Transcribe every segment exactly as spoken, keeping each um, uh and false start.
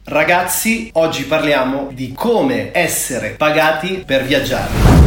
Ragazzi, oggi parliamo di come essere pagati per viaggiare.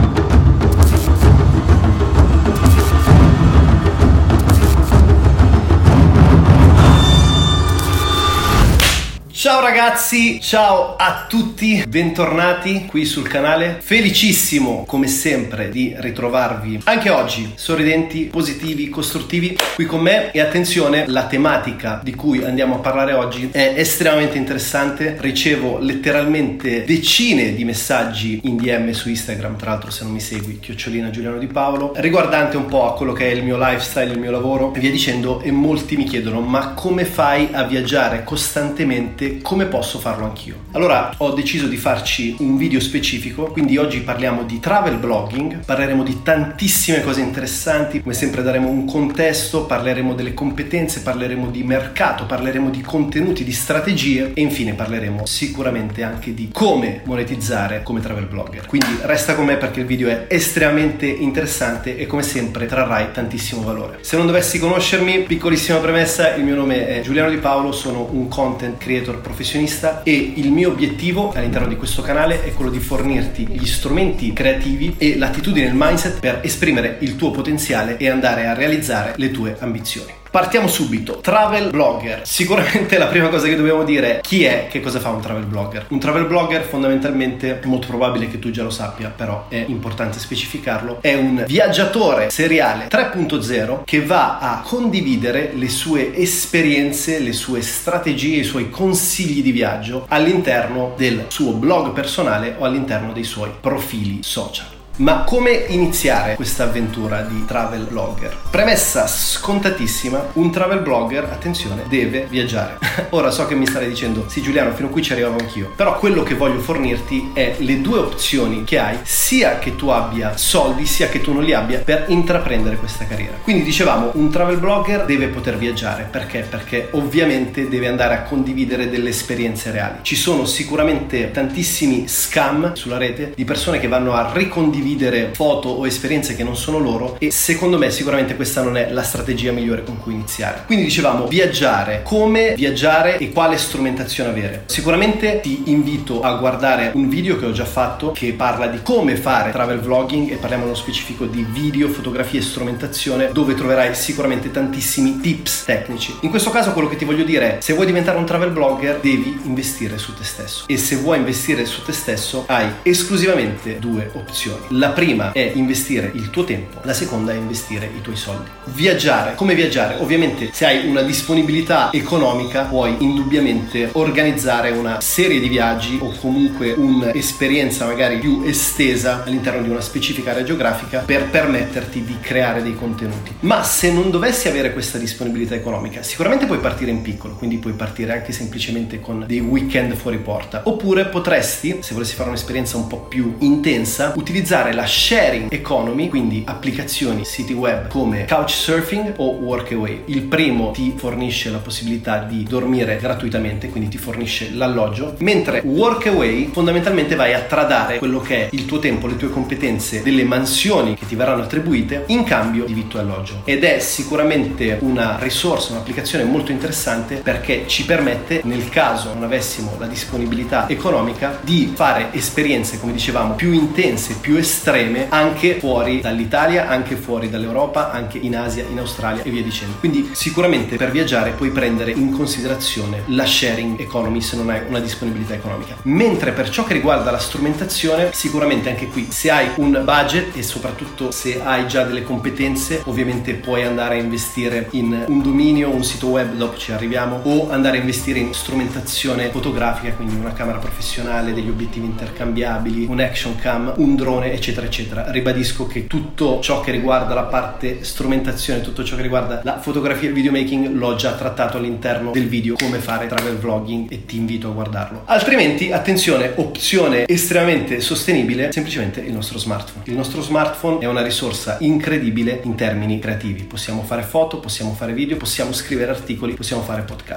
Ciao ragazzi, ciao a tutti, bentornati qui sul canale. Felicissimo come sempre di ritrovarvi anche oggi, sorridenti, positivi, costruttivi qui con me. E attenzione, la tematica di cui andiamo a parlare oggi è estremamente interessante. Ricevo letteralmente decine di messaggi in D M su Instagram, tra l'altro se non mi segui, chiocciolina Giuliano Di Paolo, riguardante un po' a quello che è il mio lifestyle, il mio lavoro e via dicendo. E molti mi chiedono: ma come fai a viaggiare costantemente? Come posso farlo anch'io? Allora ho deciso di farci un video specifico, quindi oggi parliamo di travel blogging, parleremo di tantissime cose interessanti, come sempre daremo un contesto, parleremo delle competenze, parleremo di mercato, parleremo di contenuti, di strategie e infine parleremo sicuramente anche di come monetizzare come travel blogger. Quindi resta con me perché il video è estremamente interessante e come sempre trarrai tantissimo valore. Se non dovessi conoscermi, piccolissima premessa, il mio nome è Giuliano Di Paolo, sono un content creator professionista e il mio obiettivo all'interno di questo canale è quello di fornirti gli strumenti creativi e l'attitudine e il mindset per esprimere il tuo potenziale e andare a realizzare le tue ambizioni. Partiamo subito. Travel blogger. Sicuramente la prima cosa che dobbiamo dire è chi è, che cosa fa un travel blogger. Un travel blogger fondamentalmente, è molto probabile che tu già lo sappia, però è importante specificarlo, è un viaggiatore seriale tre punto zero che va a condividere le sue esperienze, le sue strategie, i suoi consigli di viaggio all'interno del suo blog personale o all'interno dei suoi profili social. Ma come iniziare questa avventura di travel blogger? Premessa scontatissima: un travel blogger, attenzione, deve viaggiare. Ora so che mi starei dicendo: sì Giuliano, fino a qui ci arrivavo anch'io, però quello che voglio fornirti è le due opzioni che hai, sia che tu abbia soldi sia che tu non li abbia, per intraprendere questa carriera. Quindi dicevamo, un travel blogger deve poter viaggiare. Perché? Perché ovviamente deve andare a condividere delle esperienze reali. Ci sono sicuramente tantissimi scam sulla rete di persone che vanno a ricondividere foto o esperienze che non sono loro, e secondo me sicuramente questa non è la strategia migliore con cui iniziare. Quindi dicevamo viaggiare, come viaggiare e quale strumentazione avere. Sicuramente ti invito a guardare un video che ho già fatto che parla di come fare travel vlogging, e parliamo nello specifico di video, fotografie e strumentazione, dove troverai sicuramente tantissimi tips tecnici. In questo caso quello che ti voglio dire è: se vuoi diventare un travel blogger devi investire su te stesso, e se vuoi investire su te stesso hai esclusivamente due opzioni. La prima è investire il tuo tempo, la seconda è investire i tuoi soldi. Viaggiare, come viaggiare? Ovviamente se hai una disponibilità economica puoi indubbiamente organizzare una serie di viaggi o comunque un'esperienza magari più estesa all'interno di una specifica area geografica per permetterti di creare dei contenuti. Ma se non dovessi avere questa disponibilità economica, sicuramente puoi partire in piccolo, quindi puoi partire anche semplicemente con dei weekend fuori porta, oppure potresti, se volessi fare un'esperienza un po' più intensa, utilizzare la sharing economy, quindi applicazioni, siti web come Couchsurfing o Workaway. Il primo ti fornisce la possibilità di dormire gratuitamente, quindi ti fornisce l'alloggio, mentre Workaway fondamentalmente vai a tradare quello che è il tuo tempo, le tue competenze, delle mansioni che ti verranno attribuite in cambio di vitto e alloggio. Ed è sicuramente una risorsa, un'applicazione molto interessante, perché ci permette, nel caso non avessimo la disponibilità economica, di fare esperienze, come dicevamo, più intense, più estreme, estreme anche fuori dall'Italia, anche fuori dall'Europa, anche in Asia, in Australia e via dicendo. Quindi sicuramente per viaggiare puoi prendere in considerazione la sharing economy se non hai una disponibilità economica. Mentre per ciò che riguarda la strumentazione, sicuramente anche qui, se hai un budget e soprattutto se hai già delle competenze, ovviamente puoi andare a investire in un dominio, un sito web, dopo ci arriviamo, o andare a investire in strumentazione fotografica, quindi una camera professionale, degli obiettivi intercambiabili, un action cam, un drone, eccetera eccetera. Ribadisco che tutto ciò che riguarda la parte strumentazione, tutto ciò che riguarda la fotografia e il videomaking l'ho già trattato all'interno del video come fare travel vlogging, e ti invito a guardarlo. Altrimenti, attenzione, opzione estremamente sostenibile, semplicemente il nostro smartphone. Il nostro smartphone è una risorsa incredibile in termini creativi. Possiamo fare foto, possiamo fare video, possiamo scrivere articoli, possiamo fare podcasting.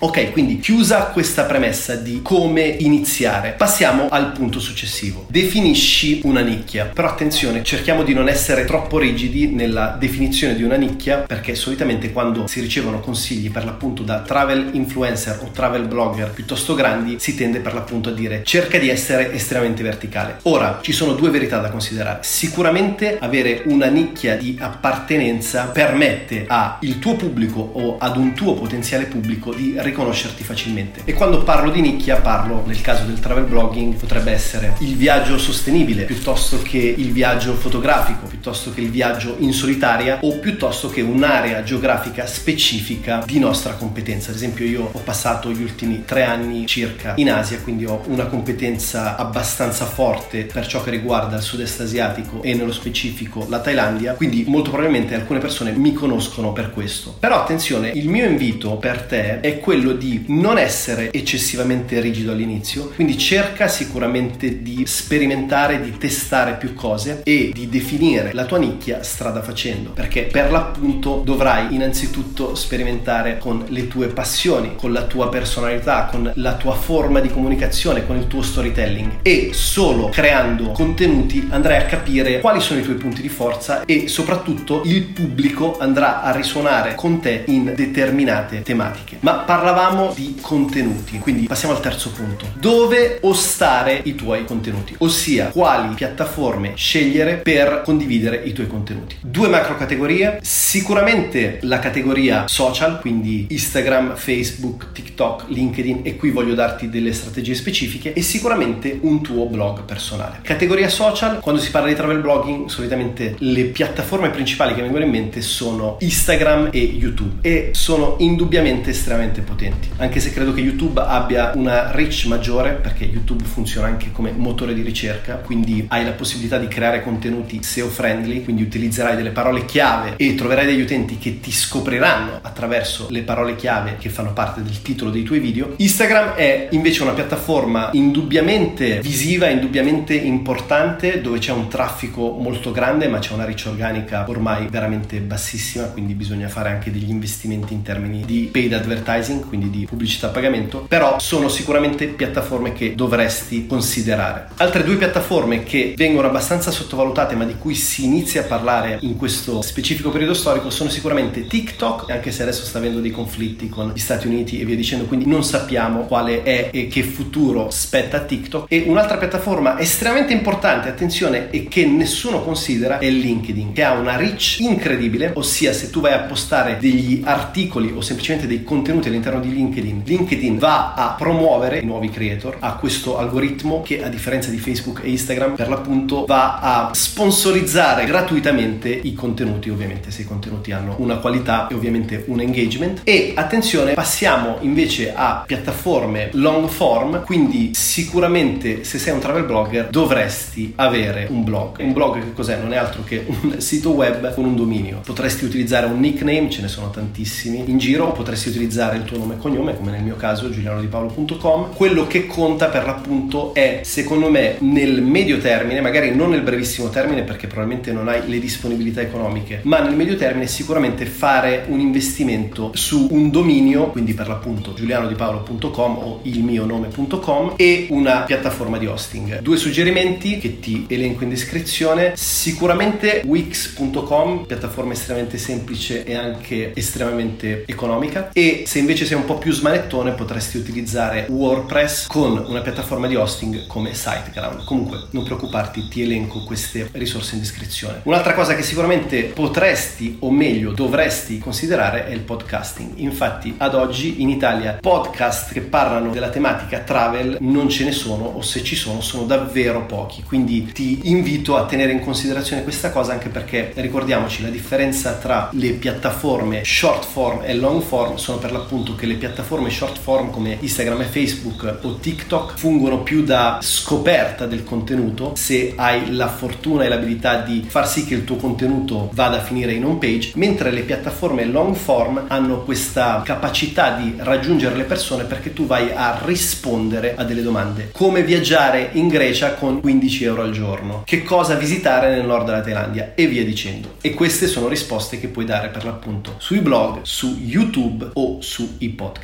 Ok, quindi chiusa questa premessa di come iniziare, passiamo al punto successivo. Definisci una nicchia, però attenzione, cerchiamo di non essere troppo rigidi nella definizione di una nicchia, perché solitamente quando si ricevono consigli per l'appunto da travel influencer o travel blogger piuttosto grandi, si tende per l'appunto a dire cerca di essere estremamente verticale. Ora, ci sono due verità da considerare. Sicuramente avere una nicchia di appartenenza permette al tuo pubblico o ad un tuo potenziale pubblico di riconoscerti facilmente. E quando parlo di nicchia parlo, nel caso del travel blogging, potrebbe essere il viaggio sostenibile piuttosto che il viaggio fotografico, piuttosto che il viaggio in solitaria o piuttosto che un'area geografica specifica di nostra competenza. Ad esempio, io ho passato gli ultimi tre anni circa in Asia, quindi ho una competenza abbastanza forte per ciò che riguarda il sud-est asiatico e nello specifico la Thailandia, quindi molto probabilmente alcune persone mi conoscono per questo. Però attenzione, il mio invito per te è quello di non essere eccessivamente rigido all'inizio, quindi cerca sicuramente di sperimentare, di testare più cose e di definire la tua nicchia strada facendo, perché per l'appunto dovrai innanzitutto sperimentare con le tue passioni, con la tua personalità, con la tua forma di comunicazione, con il tuo storytelling, e solo creando contenuti andrai a capire quali sono i tuoi punti di forza e soprattutto il pubblico andrà a risuonare con te in determinate tematiche. Ma parlavamo di contenuti, quindi passiamo al terzo punto: dove ostare i tuoi contenuti, ossia quali piattaforme scegliere per condividere i tuoi contenuti. Due macro categorie: sicuramente la categoria social, quindi Instagram, Facebook, TikTok, LinkedIn, e qui voglio darti delle strategie specifiche, e sicuramente un tuo blog personale. Categoria social: quando si parla di travel blogging solitamente le piattaforme principali che vengono in mente sono Instagram e YouTube, e sono indubbiamente estremamente potenti, anche se credo che YouTube abbia una reach maggiore, perché YouTube funziona anche come motore di ricerca, quindi hai la possibilità di creare contenuti S E O friendly, quindi utilizzerai delle parole chiave e troverai degli utenti che ti scopriranno attraverso le parole chiave che fanno parte del titolo dei tuoi video. Instagram è invece una piattaforma indubbiamente visiva, indubbiamente importante, dove c'è un traffico molto grande ma c'è una reach organica ormai veramente bassissima, quindi bisogna fare anche degli investimenti in termini di paid advertising, quindi di pubblicità a pagamento, però sono sicuramente piattaforme che dovresti considerare. Altre due piattaforme che vengono abbastanza sottovalutate ma di cui si inizia a parlare in questo specifico periodo storico sono sicuramente TikTok, anche se adesso sta avendo dei conflitti con gli Stati Uniti e via dicendo, quindi non sappiamo quale è e che futuro spetta a TikTok. E un'altra piattaforma estremamente importante, attenzione, e che nessuno considera è LinkedIn, che ha una reach incredibile, ossia se tu vai a postare degli articoli o semplicemente dei contenuti all'interno di LinkedIn, LinkedIn va a promuovere i nuovi creator, ha questo algoritmo che, a differenza di Facebook e Instagram, per l'appunto va a sponsorizzare gratuitamente i contenuti, ovviamente se i contenuti hanno una qualità e ovviamente un engagement. E attenzione, passiamo invece a piattaforme long form, quindi sicuramente se sei un travel blogger dovresti avere un blog. Un blog che cos'è? Non è altro che un sito web con un dominio. Potresti utilizzare un nickname, ce ne sono tantissimi in giro, o potresti utilizzare il tuo nome e cognome, come nel mio caso giuliano di paolo punto com. Quello che conta per l'appunto è, secondo me, nel medio termine, magari non nel brevissimo termine perché probabilmente non hai le disponibilità economiche, ma nel medio termine sicuramente fare un investimento su un dominio, quindi per l'appunto giuliano di paolo punto com o il mio nome punto com, e una piattaforma di hosting. Due suggerimenti che ti elenco in descrizione: sicuramente wix punto com, piattaforma estremamente semplice e anche estremamente economica, e se invece sei un po' più smanettone potresti utilizzare WordPress con una piattaforma di hosting come SiteGround. Comunque non preoccuparti, ti elenco queste risorse in descrizione. Un'altra cosa che sicuramente potresti, o meglio dovresti considerare, è il podcasting. Infatti ad oggi in Italia podcast che parlano della tematica travel non ce ne sono, o se ci sono sono davvero pochi, quindi ti invito a tenere in considerazione questa cosa, anche perché ricordiamoci la differenza tra le piattaforme short form e long form sono per l'appunto che le piattaforme short form come Instagram e Facebook o TikTok fungono più da scoperta del contenuto, se hai la fortuna e l'abilità di far sì che il tuo contenuto vada a finire in home page, mentre le piattaforme long form hanno questa capacità di raggiungere le persone perché tu vai a rispondere a delle domande: come viaggiare in Grecia con quindici euro al giorno, che cosa visitare nel nord della Thailandia, e via dicendo. E queste sono risposte che puoi dare per l'appunto sui blog, su YouTube o sui podcast.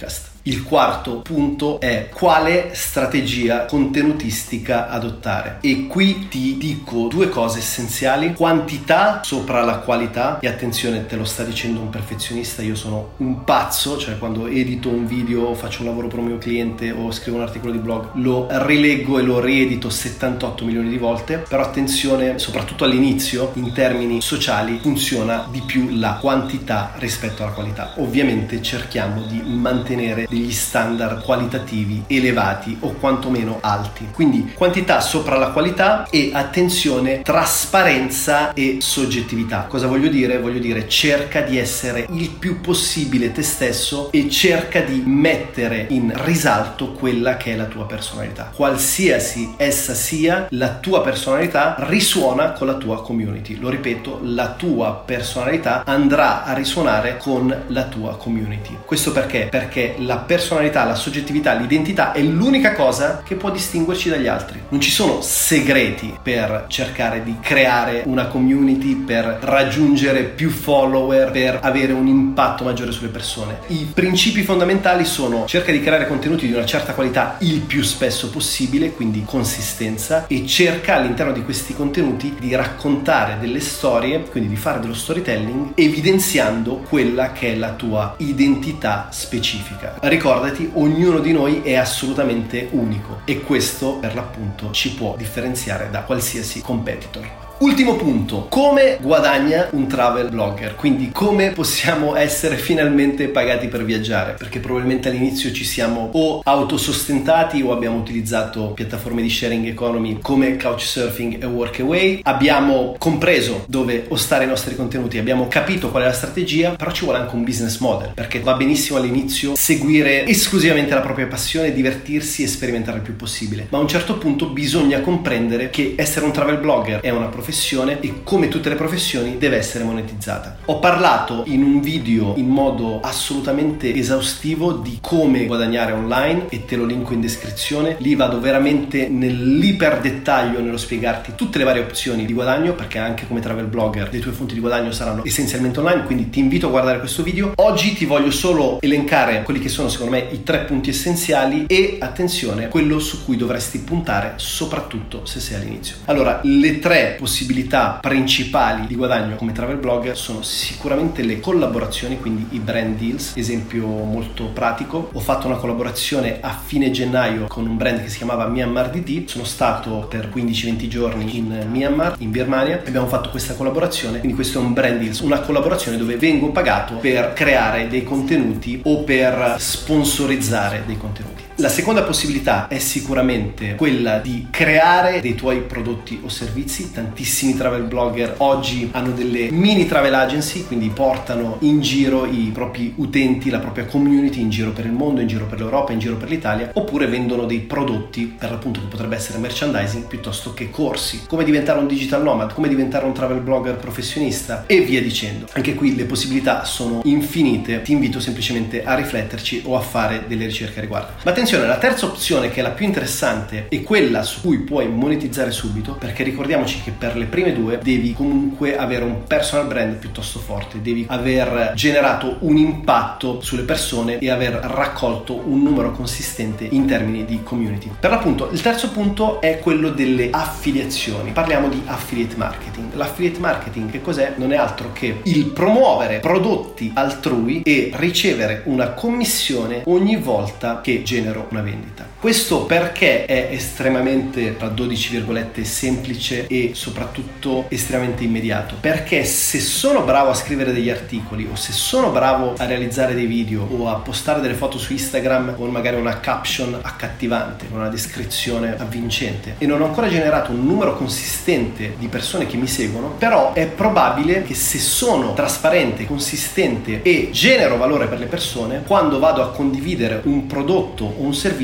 Il quarto punto è quale strategia contenutistica adottare. E qui ti dico due cose essenziali: quantità sopra la qualità. E attenzione, te lo sta dicendo un perfezionista, io sono un pazzo, cioè quando edito un video, faccio un lavoro per un mio cliente o scrivo un articolo di blog, lo rileggo e lo riedito settantotto milioni di volte. Però attenzione, soprattutto all'inizio, in termini sociali funziona di più la quantità rispetto alla qualità. Ovviamente cerchiamo di mantenere degli standard qualitativi elevati o quantomeno alti, quindi quantità sopra la qualità. E attenzione, trasparenza e soggettività. Cosa voglio dire? Voglio dire cerca di essere il più possibile te stesso e cerca di mettere in risalto quella che è la tua personalità. Qualsiasi essa sia, la tua personalità risuona con la tua community. Lo ripeto, la tua personalità andrà a risuonare con la tua community. Questo perché? Perché la personalità, la soggettività, l'identità è l'unica cosa che può distinguerci dagli altri. Non ci sono segreti per cercare di creare una community, per raggiungere più follower, per avere un impatto maggiore sulle persone. I principi fondamentali sono: cerca di creare contenuti di una certa qualità il più spesso possibile, quindi consistenza, e cerca all'interno di questi contenuti di raccontare delle storie, quindi di fare dello storytelling, evidenziando quella che è la tua identità specifica. Ricordati, ognuno di noi è assolutamente unico e questo per l'appunto ci può differenziare da qualsiasi competitor. Ultimo punto: come guadagna un travel blogger? Quindi come possiamo essere finalmente pagati per viaggiare? Perché probabilmente all'inizio ci siamo o autosostentati o abbiamo utilizzato piattaforme di sharing economy come Couchsurfing e Workaway, abbiamo compreso dove ostare i nostri contenuti, abbiamo capito qual è la strategia, però ci vuole anche un business model, perché va benissimo all'inizio seguire esclusivamente la propria passione, divertirsi e sperimentare il più possibile, ma a un certo punto bisogna comprendere che essere un travel blogger è una professione e come tutte le professioni deve essere monetizzata. Ho parlato in un video in modo assolutamente esaustivo di come guadagnare online e te lo linko in descrizione. Lì vado veramente nell'iper dettaglio nello spiegarti tutte le varie opzioni di guadagno, perché anche come travel blogger le tue fonti di guadagno saranno essenzialmente online, quindi ti invito a guardare questo video. Oggi ti voglio solo elencare quelli che sono secondo me i tre punti essenziali e, attenzione, quello su cui dovresti puntare soprattutto se sei all'inizio. Allora, le tre possibilità possibilità principali di guadagno come travel blogger sono sicuramente le collaborazioni, quindi i brand deals. Esempio molto pratico: ho fatto una collaborazione a fine gennaio con un brand che si chiamava Myanmar D D. Sono stato per quindici venti giorni in Myanmar, in Birmania, e abbiamo fatto questa collaborazione. Quindi questo è un brand deals, una collaborazione dove vengo pagato per creare dei contenuti o per sponsorizzare dei contenuti. La seconda possibilità è sicuramente quella di creare dei tuoi prodotti o servizi. Tantissimi travel blogger oggi hanno delle mini travel agency, quindi portano in giro i propri utenti, la propria community in giro per il mondo, in giro per l'Europa, in giro per l'Italia, oppure vendono dei prodotti, per l'appunto, che potrebbe essere merchandising piuttosto che corsi, come diventare un digital nomad, come diventare un travel blogger professionista e via dicendo. Anche qui le possibilità sono infinite, ti invito semplicemente a rifletterci o a fare delle ricerche a riguardo. Ma attenzione, la terza opzione, che è la più interessante, è quella su cui puoi monetizzare subito, perché ricordiamoci che per le prime due devi comunque avere un personal brand piuttosto forte, devi aver generato un impatto sulle persone e aver raccolto un numero consistente in termini di community. Per l'appunto, il terzo punto è quello delle affiliazioni. Parliamo di affiliate marketing. L'affiliate marketing che cos'è? Non è altro che il promuovere prodotti altrui e ricevere una commissione ogni volta che genero una vendita. Questo perché è estremamente, tra dodici virgolette, semplice e soprattutto estremamente immediato. Perché se sono bravo a scrivere degli articoli, o se sono bravo a realizzare dei video o a postare delle foto su Instagram con magari una caption accattivante, con una descrizione avvincente, e non ho ancora generato un numero consistente di persone che mi seguono, però è probabile che se sono trasparente, consistente e genero valore per le persone, quando vado a condividere un prodotto o un servizio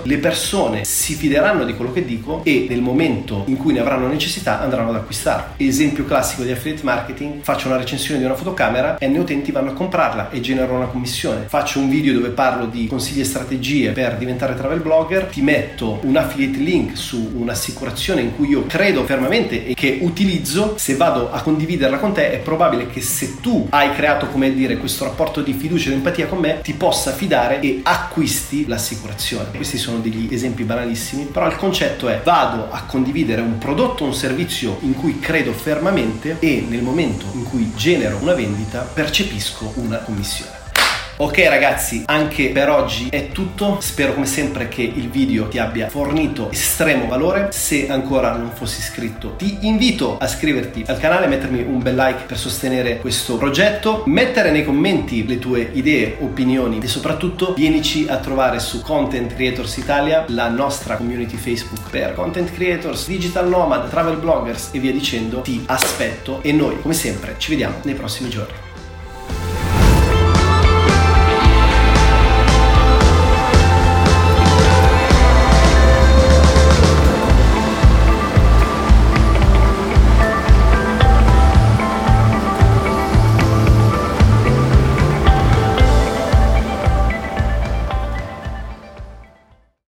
le persone si fideranno di quello che dico e nel momento in cui ne avranno necessità andranno ad acquistarlo. Esempio classico di affiliate marketing: faccio una recensione di una fotocamera e N utenti vanno a comprarla e genero una commissione. Faccio un video dove parlo di consigli e strategie per diventare travel blogger, ti metto un affiliate link su un'assicurazione in cui io credo fermamente e che utilizzo. Se vado a condividerla con te è probabile che se tu hai creato, come dire, questo rapporto di fiducia e di empatia con me, ti possa fidare e acquisti l'assicurazione. Questi sono degli esempi banalissimi, però il concetto è: vado a condividere un prodotto o un servizio in cui credo fermamente e nel momento in cui genero una vendita percepisco una commissione. Ok ragazzi, anche per oggi è tutto. Spero come sempre che il video ti abbia fornito estremo valore. Se ancora non fossi iscritto, ti invito a iscriverti al canale, mettermi un bel like per sostenere questo progetto, mettere nei commenti le tue idee, opinioni e soprattutto vienici a trovare su Content Creators Italia, la nostra community Facebook per content creators, digital nomad, travel bloggers e via dicendo. Ti aspetto e noi come sempre ci vediamo nei prossimi giorni.